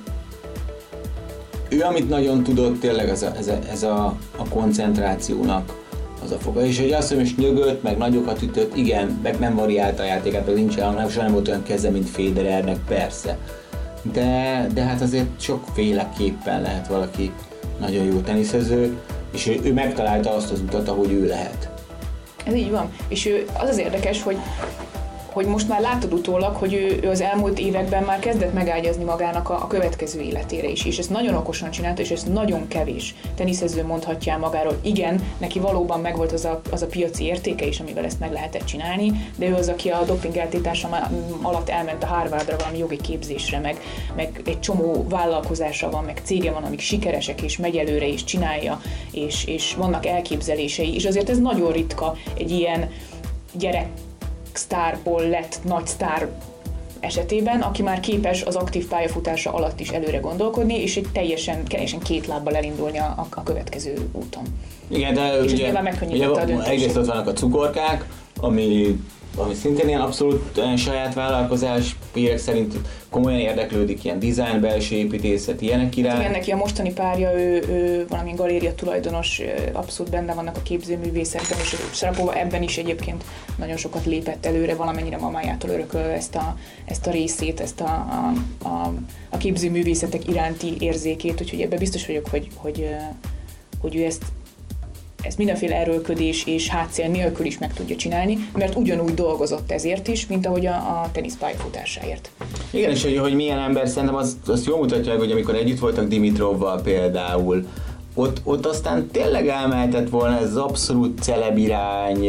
ő, amit nagyon tudott, tényleg ez a, ez a, ez a, a koncentrációnak az a foga. És hogy azt, hogy most nyögött, meg nagyokat ütött, igen, meg nem variálta a játékát, az nincs olyan, nem volt olyan keze, mint Federernek, persze. De, de hát azért sokféleképpen lehet valaki nagyon jó teniszező, és ő, ő megtalálta azt az utat, ahogy ő lehet. Ez így van. És ő, az az érdekes, hogy hogy most már látod utólag, hogy ő, ő az elmúlt években már kezdett megágyazni magának a, a következő életére is, és ezt nagyon okosan csinálta, és ezt nagyon kevés teniszező mondhatja el magáról. Igen, neki valóban megvolt az a, az a piaci értéke is, amivel ezt meg lehetett csinálni, de ő az, aki a doping eltiltása alatt elment a Harvardra valami jogi képzésre, meg, meg egy csomó vállalkozása van, meg cége van, amik sikeresek, és megy előre, és csinálja, és, és vannak elképzelései, és azért ez nagyon ritka egy ilyen gyerek sztárból lett nagy sztár esetében, aki már képes az aktív pályafutása alatt is előre gondolkodni, és egy teljesen, teljesen két lábbal elindulni a, a következő úton. Igen, de és ugye, ugye a egyrészt ott vannak a cukorkák, ami, ami szintén ilyen abszolút olyan saját vállalkozás, hírek szerint komolyan érdeklődik ilyen design, belső építészet, ilyenek iránt. Igen, neki a mostani párja, ő, ő valamilyen galéria tulajdonos, abszolút benne vannak a képzőművészetben, és Sharapova ebben is egyébként nagyon sokat lépett előre, valamennyire mamájától örökölve ezt a, ezt a részét, ezt a, a, a, a képzőművészetek iránti érzékét, úgyhogy ebben biztos vagyok, hogy, hogy, hogy ő ezt ezt mindenféle erőlködés és hátszél nélkül is meg tudja csinálni, mert ugyanúgy dolgozott ezért is, mint ahogy a, a teniszpályafutásáért. Igen, és hogy, hogy milyen ember, szerintem azt, azt jól mutatja meg, hogy amikor együtt voltak Dimitrovval például, ott, ott aztán tényleg elmehetett volna ez az abszolút celeb irány,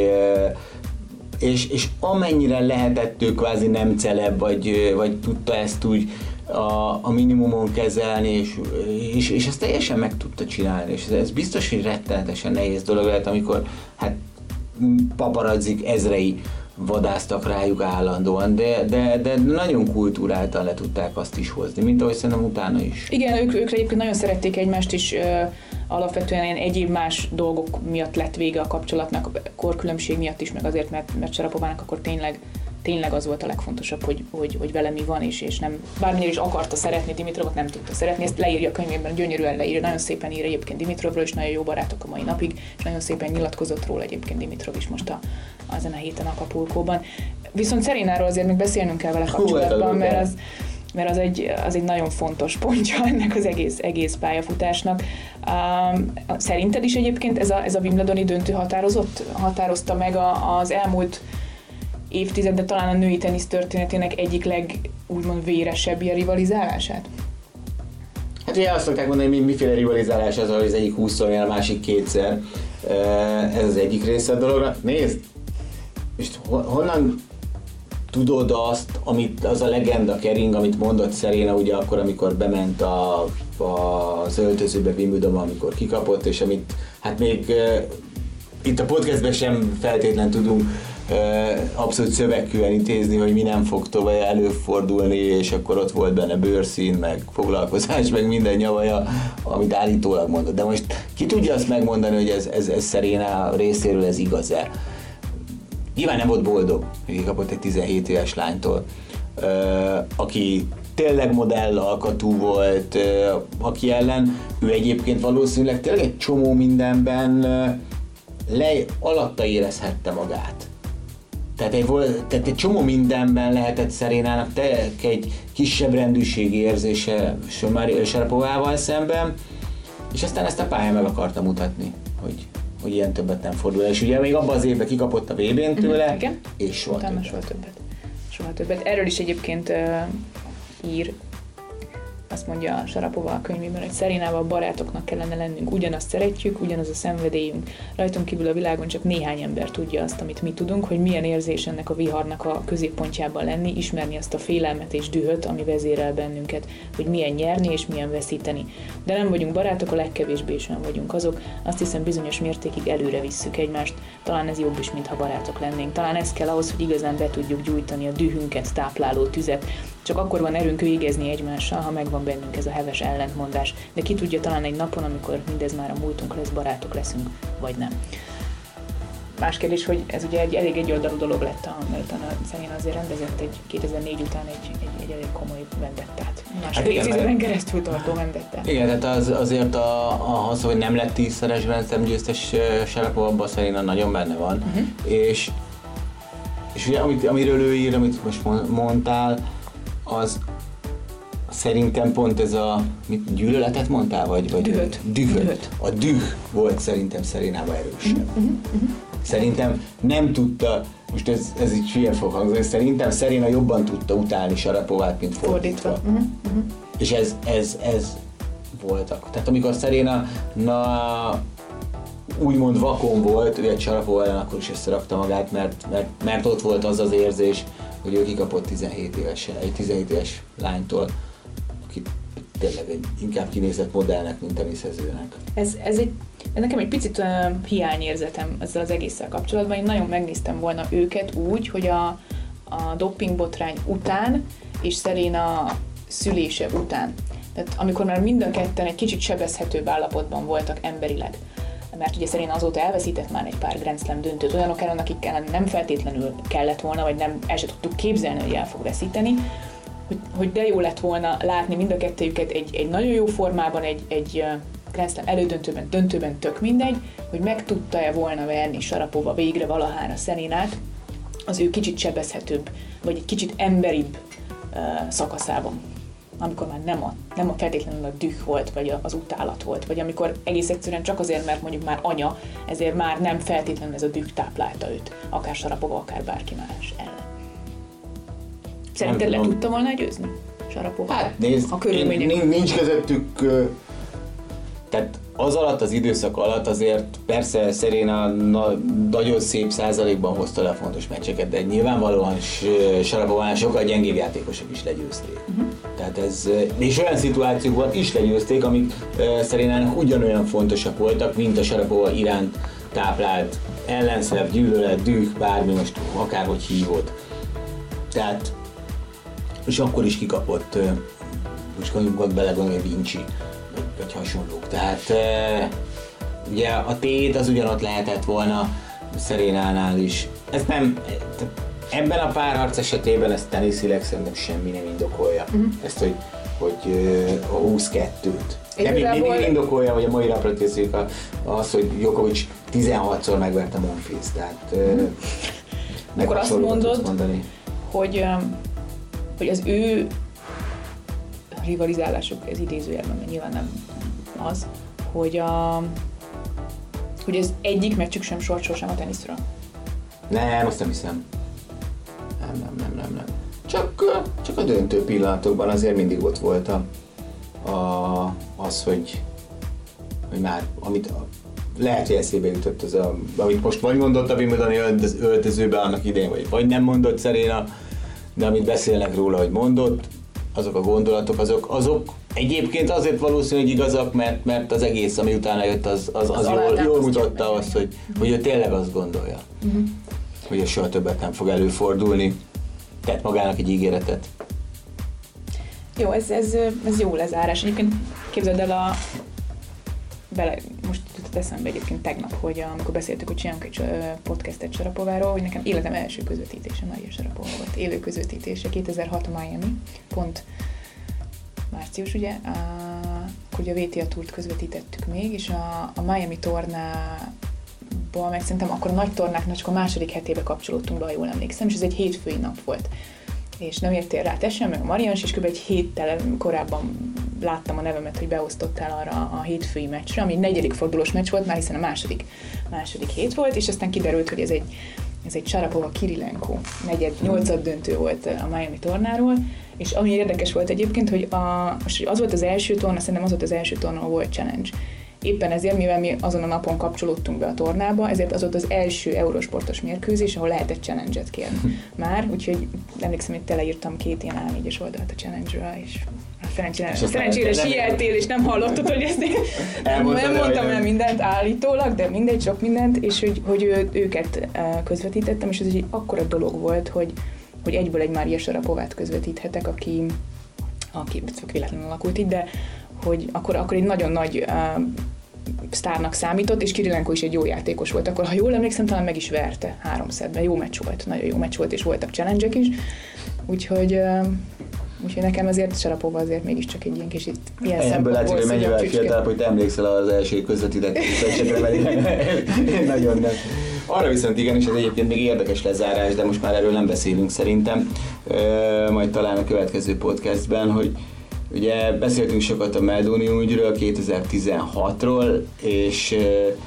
és, és amennyire lehetett ő kvázi nem celeb, vagy, vagy tudta ezt úgy a, a minimumon kezelni, és, és, és ezt teljesen meg tudta csinálni, és ez biztos, hogy rettenetesen nehéz dolog lehet, amikor hát paparazzik ezrei vadásztak rájuk állandóan, de, de, de nagyon kultúráltan le tudták azt is hozni, mint ahogy szerintem utána is. Igen, ők, ők egyébként nagyon szerették egymást is, uh, alapvetően ilyen egyéb más dolgok miatt lett vége a kapcsolatnak, korkülönbség miatt is, meg azért, mert, mert Sarapovának akkor tényleg tényleg az volt a legfontosabb, hogy, hogy, hogy vele mi van, és, és nem, bármilyen is akarta szeretni Dimitrovot, nem tudta szeretni, ezt leírja a könyvében, gyönyörűen leírja, nagyon szépen ír egyébként Dimitrovról, és nagyon jó barátok a mai napig, és nagyon szépen nyilatkozott róla egyébként Dimitrov is most a, ezen a héten Acapulcóban. Viszont Szerénáról azért még beszélnünk kell vele kapcsolatban, mert az, mert az egy, az egy nagyon fontos pontja ennek az egész, egész pályafutásnak. Um, szerinted is egyébként ez a, ez a Wimbledoni döntő határozott, határozta meg a, az elmúlt évtized, de talán a női tenisz történetének egyik leg, úgymond véresebb ilyen rivalizálását? Hát ugye azt szokták mondani, hogy miféle rivalizálás az, hogy az egyik húszszor jön, a másik kétszer. Ez az egyik része a dolognak. Nézd! És honnan tudod azt, amit az a legenda kering, amit mondott Serena ugye akkor, amikor bement a, a, az öltözőbe Wimbledonban, amikor kikapott, és amit hát még uh, itt a podcastben sem feltétlen tudunk uh, abszolút szövegkűen intézni, hogy mi nem fog tovább előfordulni, és akkor ott volt benne bőrszín, meg foglalkozás, meg minden nyavaja, amit állítólag mondott. De most ki tudja azt megmondani, hogy ez, ez, ez Serena részéről ez igaz-e? Nyilván nem volt boldog, hogy kapott egy tizenhét éves lánytól, aki tényleg modell alkatú volt, aki ellen ő egyébként valószínűleg tényleg egy csomó mindenben le, alatta érezhette magát. Tehát egy, tehát egy csomó mindenben lehetett Serénának egy kisebb rendűségi érzése Sarapovával szemben, és aztán ezt a pályán meg akarta mutatni, hogy hogy ilyen többet nem fordul el. És ugye még abban az évben kikapott a vé bén tőle, mm, és soha többet. soha többet. Soha többet. Erről is egyébként uh, ír, azt mondja Sarapova a könyvében, hogy Serénával barátoknak kellene lennünk, ugyanazt szeretjük, ugyanaz a szenvedélyünk. Rajtunk kívül a világon csak néhány ember tudja azt, amit mi tudunk, hogy milyen érzés ennek a viharnak a középpontjában lenni, ismerni azt a félelmet és dühöt, ami vezérel bennünket, hogy milyen nyerni és milyen veszíteni. De nem vagyunk barátok, a legkevésbé sem vagyunk azok, azt hiszem bizonyos mértékig előre visszük egymást, talán ez jobb is, mintha barátok lennénk. Talán ez kell ahhoz, hogy igazán be tudjuk gyújtani a dühünket tápláló tüzet. Csak akkor van erőnk végezni egymással, ha megvan bennünk ez a heves ellentmondás. De ki tudja, talán egy napon, amikor mindez már a múltunk lesz, barátok leszünk, vagy nem. Más kérdés, hogy ez ugye egy elég egyoldalú dolog lett, mert a Serena azért rendezett egy kétezer-négy után egy, egy, egy elég komoly vendettát. Másfél évtizeden keresztül tartó vendettát. Igen, tehát az, azért a, a, az, hogy nem lett tízszeres Grand Slam győztes Sharapova, abban Serena nagyon benne van. Uh-huh. És, és ugye amit, amiről ő ír, amit most mondtál, az szerintem pont ez a mit, gyűlöletet mondtál? Vagy, vagy dühöt. Dühöt. Dühöt. A düh volt szerintem Serenában erősebb. Uh-huh, uh-huh. Szerintem nem tudta, most ez, ez így hülye fog hangzni, szerintem Serena jobban tudta utálni Sarapovát, mint fordítva. fordítva. Uh-huh, uh-huh. És ez, ez, ez voltak. Tehát amikor Serena na, úgymond vakon volt, ő egy Sharapova ellen, akkor is összerakta magát, mert, mert, mert ott volt az az érzés, hogy ő kikapott tizenhét éves, egy tizenhét éves lánytól, aki tényleg egy inkább kinézett modellnek, mint teniszezőnek. Ez, ez, egy, ez nekem egy picit uh, hiányérzetem ezzel az egésszel kapcsolatban. Én nagyon megnéztem volna őket úgy, hogy a, a dopingbotrány után és Serena szülése után. Tehát amikor már mind a ketten egy kicsit sebezhetőbb állapotban voltak emberileg. Mert ugye Serena azóta elveszített már egy pár Grand Slam döntőt olyanok ellen, akikkel nem feltétlenül kellett volna, vagy nem el se tudtuk képzelni, hogy el fog veszíteni, hogy, hogy de jó lett volna látni mind a kettőjüket egy, egy nagyon jó formában, egy, egy Grand Slam elődöntőben, döntőben, tök mindegy, hogy meg tudta-e volna verni Sharapova végre valahára Serenát az ő kicsit sebezhetőbb, vagy egy kicsit emberibb uh, szakaszában. Amikor már nem a, nem a feltétlenül a düh volt, vagy az utálat volt, vagy amikor egész egyszerűen csak azért, mert mondjuk már anya, ezért már nem feltétlenül ez a düh táplálta őt, akár Sharapova, akár bárki más ellen. Szerinted le tudta volna győzni Sharapova? Hát nézd, a körülmények. Nincs közöttük, tehát az alatt, az időszak alatt azért persze Serena na, nagyon szép százalékban hozta le a fontos meccseket, de nyilvánvalóan Sharapova sokkal gyengébb játékosok is legyőzték. Uh-huh. Tehát ez, és olyan szituációkban is legyőzték, amik Serenának ugyanolyan fontosak voltak, mint a Sharapova iránt táplált ellenszerv, gyűlölet, düh, bármi, most akárhogy hívott. Tehát, és akkor is kikapott, most gondoljuk belegondolni, Vinci, vagy, vagy hasonlók. Tehát ugye a tét az ugyanott lehetett volna Serenánál is. Ez nem, ebben a párharc esetében ezt teniszileg szerintem semmi nem indokolja. Uh-huh. Ezt, hogy, hogy a huszonkettőt. Nem, igazából... nem indokolja, hogy a mai napra teszik az, hogy Djokovic tizenhatszor megverte Monfils. Tehát uh-huh. akkor azt mondod, hogy, hogy az ő rivalizálásuk, ez idézőjelben, mert nyilván nem az, hogy, a, hogy ez egyik meccsük sem sort sem a teniszről. Nem, azt nem hiszem. Nem, nem, nem, nem, nem. Csak, csak a döntő pillanatokban azért mindig ott volt a, a, az, hogy, hogy már, amit a, lehet, hogy eszébe jutott az, a, amit most vagy mondott a Wimbledoni öltözőben annak idején, vagy, vagy nem mondott Serena, de amit beszélnek róla, hogy mondott, azok a gondolatok, azok, azok egyébként azért valószínűleg igazak, mert, mert az egész, ami utána jött, az, az, az, az jól, jól mutatta azt, hogy, hogy ő tényleg azt gondolja, uh-huh. hogy ez soha többet nem fog előfordulni. Tett magának egy ígéretet. Jó, ez, ez, ez jó lezárás. Egyébként képzeld el a... Bele, most jutott eszembe egyébként tegnap, hogy amikor beszéltük, hogy csinálunk egy podcastet Sharapováról, hogy nekem életem első közvetítése Maria Sharapova volt. Élő közvetítése, kétezer-hat Miami, pont március, ugye, akkor ugye a vé té á Tourt közvetítettük még, és a, a Miami tornába, meg szerintem akkor a nagy tornáknak csak a második hetébe kapcsolódtunk be, ha jól emlékszem, és ez egy hétfői nap volt. És nem értél rá te sem, meg a Marians, és kb. Egy héttel korábban láttam a nevemet, hogy beosztottál arra a hétfői meccsre, ami egy negyedik fordulós meccs volt már, hiszen a második, második hét volt, és aztán kiderült, hogy ez egy, ez egy Sharapova-Kirilenko negyed, nyolcad döntő volt a Miami tornáról, és ami érdekes volt egyébként, hogy a, az volt az első torna, szerintem az volt az első torna a World Challenge. Éppen ezért, mivel mi azon a napon kapcsolódtunk be a tornába, ezért az volt az első eurosportos mérkőzés, ahol lehetett challenge-et kérni már, úgyhogy emlékszem, hogy teleírtam két ilyen á négyes oldalt a challenge-ről, és szerencsére, szerencsére sieltél, és nem hallottad, hogy ezt én nem, nem mondtam el mindent állítólag, de mindegy, sok mindent, és hogy, hogy ő, őket közvetítettem, és ez egy akkora dolog volt, hogy, hogy egyből egy Maria Sharapovát közvetíthetek, aki, aki véletlenül alakult így, de hogy akkor, akkor egy nagyon nagy uh, sztárnak számított, és Kirilenko is egy jó játékos volt. Akkor, ha jól emlékszem, talán meg is verte három szettben. Jó meccs volt, nagyon jó meccs volt, és voltak challenge-ek is. Úgyhogy, uh, úgyhogy nekem azért Sharapova azért mégiscsak egy ilyen kis itt ilyen szempontból. Ebből látszik, hogy mennyivel fiatalabb, hogy te emlékszel az első közvetített meccsekre, mert én nagyon nem. Arra viszont igen, és ez egyébként még érdekes lezárás, de most már erről nem beszélünk szerintem, uh, majd talán a következő podcastben, hogy ugye beszéltünk sokat a Meldonium ügyről, kétezer-tizenhatról, és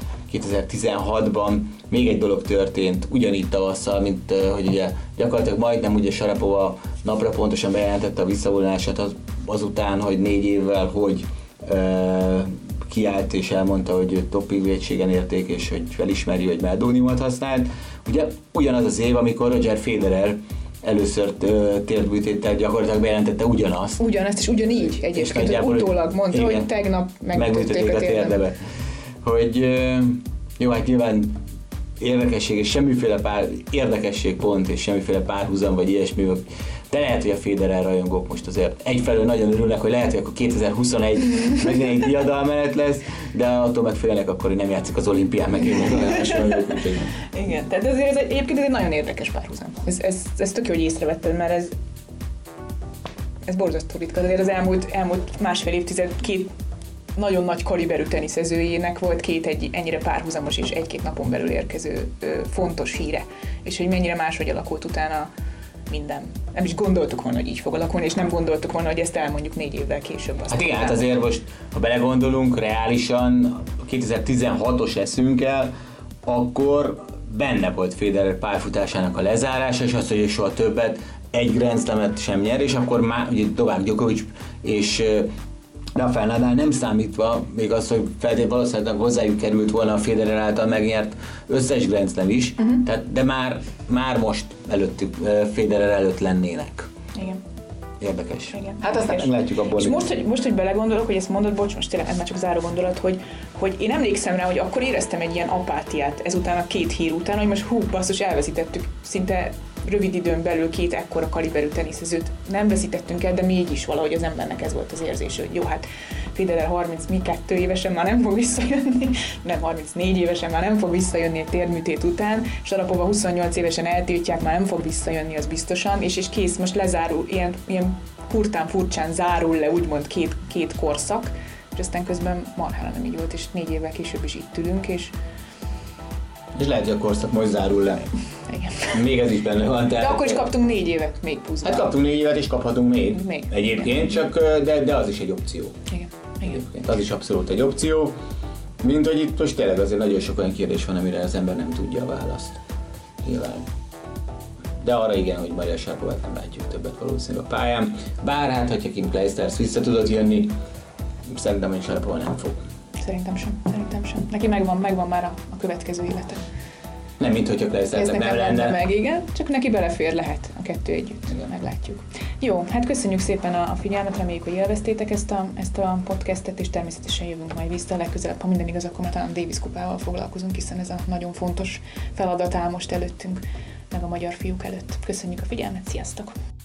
kétezer-tizenhatban még egy dolog történt, ugyanígy tavasszal, mint hogy ugye gyakorlatilag majdnem ugye Sharapova napra pontosan bejelentette a visszavonulását az, azután, hogy négy évvel, hogy uh, kiállt és elmondta, hogy toppig vétségen érték, és hogy felismeri, hogy Meldoniumot használt. Ugye ugyanaz az év, amikor Roger Federer először térdműtéttel gyakorlatilag bejelentette ugyanazt. Ugyanazt, és ugyanígy egyébként, hogy utólag mondta, igen, hogy tegnap megműtötték a térdemet. Hogy jó, hát nyilván érdekesség és semmiféle pár, érdekesség pont és semmiféle párhuzam vagy ilyesmi, de lehet, hogy a Federer rajongók most azért egyfelől nagyon örülnek, hogy lehet, hogy akkor kétezer-huszonegy megint egy diadalmenet lesz, de attól meg félnek akkor, hogy nem játszik az olimpián, meg én igen, tehát azért ez egy, egyébként ez egy nagyon érdekes párhuzam. Ez, ez, ez tök jó, hogy észrevetted, mert ez ez borzasztó ritka. Azért az elmúlt, elmúlt másfél évtized két nagyon nagy kaliberű teniszezőjének volt két egy, ennyire párhuzamos és egy-két napon belül érkező ö, fontos híre. És hogy mennyire máshogy alakult utána minden. Nem is gondoltuk volna, hogy így fog alakulni, és nem gondoltuk volna, hogy ezt elmondjuk négy évvel később. Hát igen, hát azért most, ha belegondolunk reálisan, kétezer-tizenhatos eszünkkel, akkor benne volt Federer pályafutásának a lezárása, és az, hogy soha többet egy Grand Slamet sem nyer, és akkor már ugye tovább Djokovic, és Rafael Nadal nem számítva, még az, hogy feltétlenül valószínűleg hozzájuk került volna a Federer által megnyert összes Grand Slam is, uh-huh. tehát, de már, már most előttük, Federer előtt lennének. Igen. Érdekes. Igen. Hát aztán Érdekes. látjuk abból. És most hogy, most, hogy belegondolok, hogy ezt mondod, bocs, most tényleg ez már csak záró gondolat, hogy, hogy én emlékszem rá, hogy akkor éreztem egy ilyen apátiát ezután a két hír után, hogy most hú, basszus, elveszítettük szinte rövid időn belül két ekkora kaliberű teniszezőt. Nem veszítettünk el, de mégis valahogy az embernek ez volt az érzés, hogy jó, hát Federer harminckettő évesen már nem fog visszajönni, nem harmincnégy évesen már nem fog visszajönni egy térműtét után, Sarapova huszonnyolc évesen eltiltják, már nem fog visszajönni, az biztosan, és, és kész, most lezárul, ilyen, ilyen kurtán furcsán zárul le úgymond két, két korszak, és aztán közben marhára nem így volt, és négy évvel később is itt ülünk, és És lehet, hogy a korszak most zárul le. Igen. Még ez is benne van. Tehát... De akkor is kaptunk négy évet még pluszban. Hát kaptunk négy évet, és kaphatunk még. még. Egyébként, csak, de, de az is egy opció. Igen. Igen. Egyébként az is abszolút egy opció. Mint hogy itt most tényleg azért nagyon sok olyan kérdés van, amire az ember nem tudja a választ. Nyilván. De arra igen, hogy Maria Sarapovát nem látjuk többet valószínűleg a pályán. Bár hát, hogyha Kim Clijsters vissza tudott jönni, szerintem, hogy Sharapova nem fog. Szerintem sem, szerintem sem. Neki megvan, megvan már a, a következő élete. Nem, mint hogyha Clijsters nem lenne. Meg, igen, csak neki belefér lehet a kettő együtt. Igen. Meglátjuk. Jó, hát köszönjük szépen a, a figyelmet, reméljük, hogy élveztétek ezt a, ezt a podcastet, és természetesen jövünk majd vissza legközelebb, ha minden igaz, akkor már talán Davis kupával foglalkozunk, hiszen ez a nagyon fontos feladat áll most előttünk, meg a magyar fiúk előtt. Köszönjük a figyelmet, sziasztok!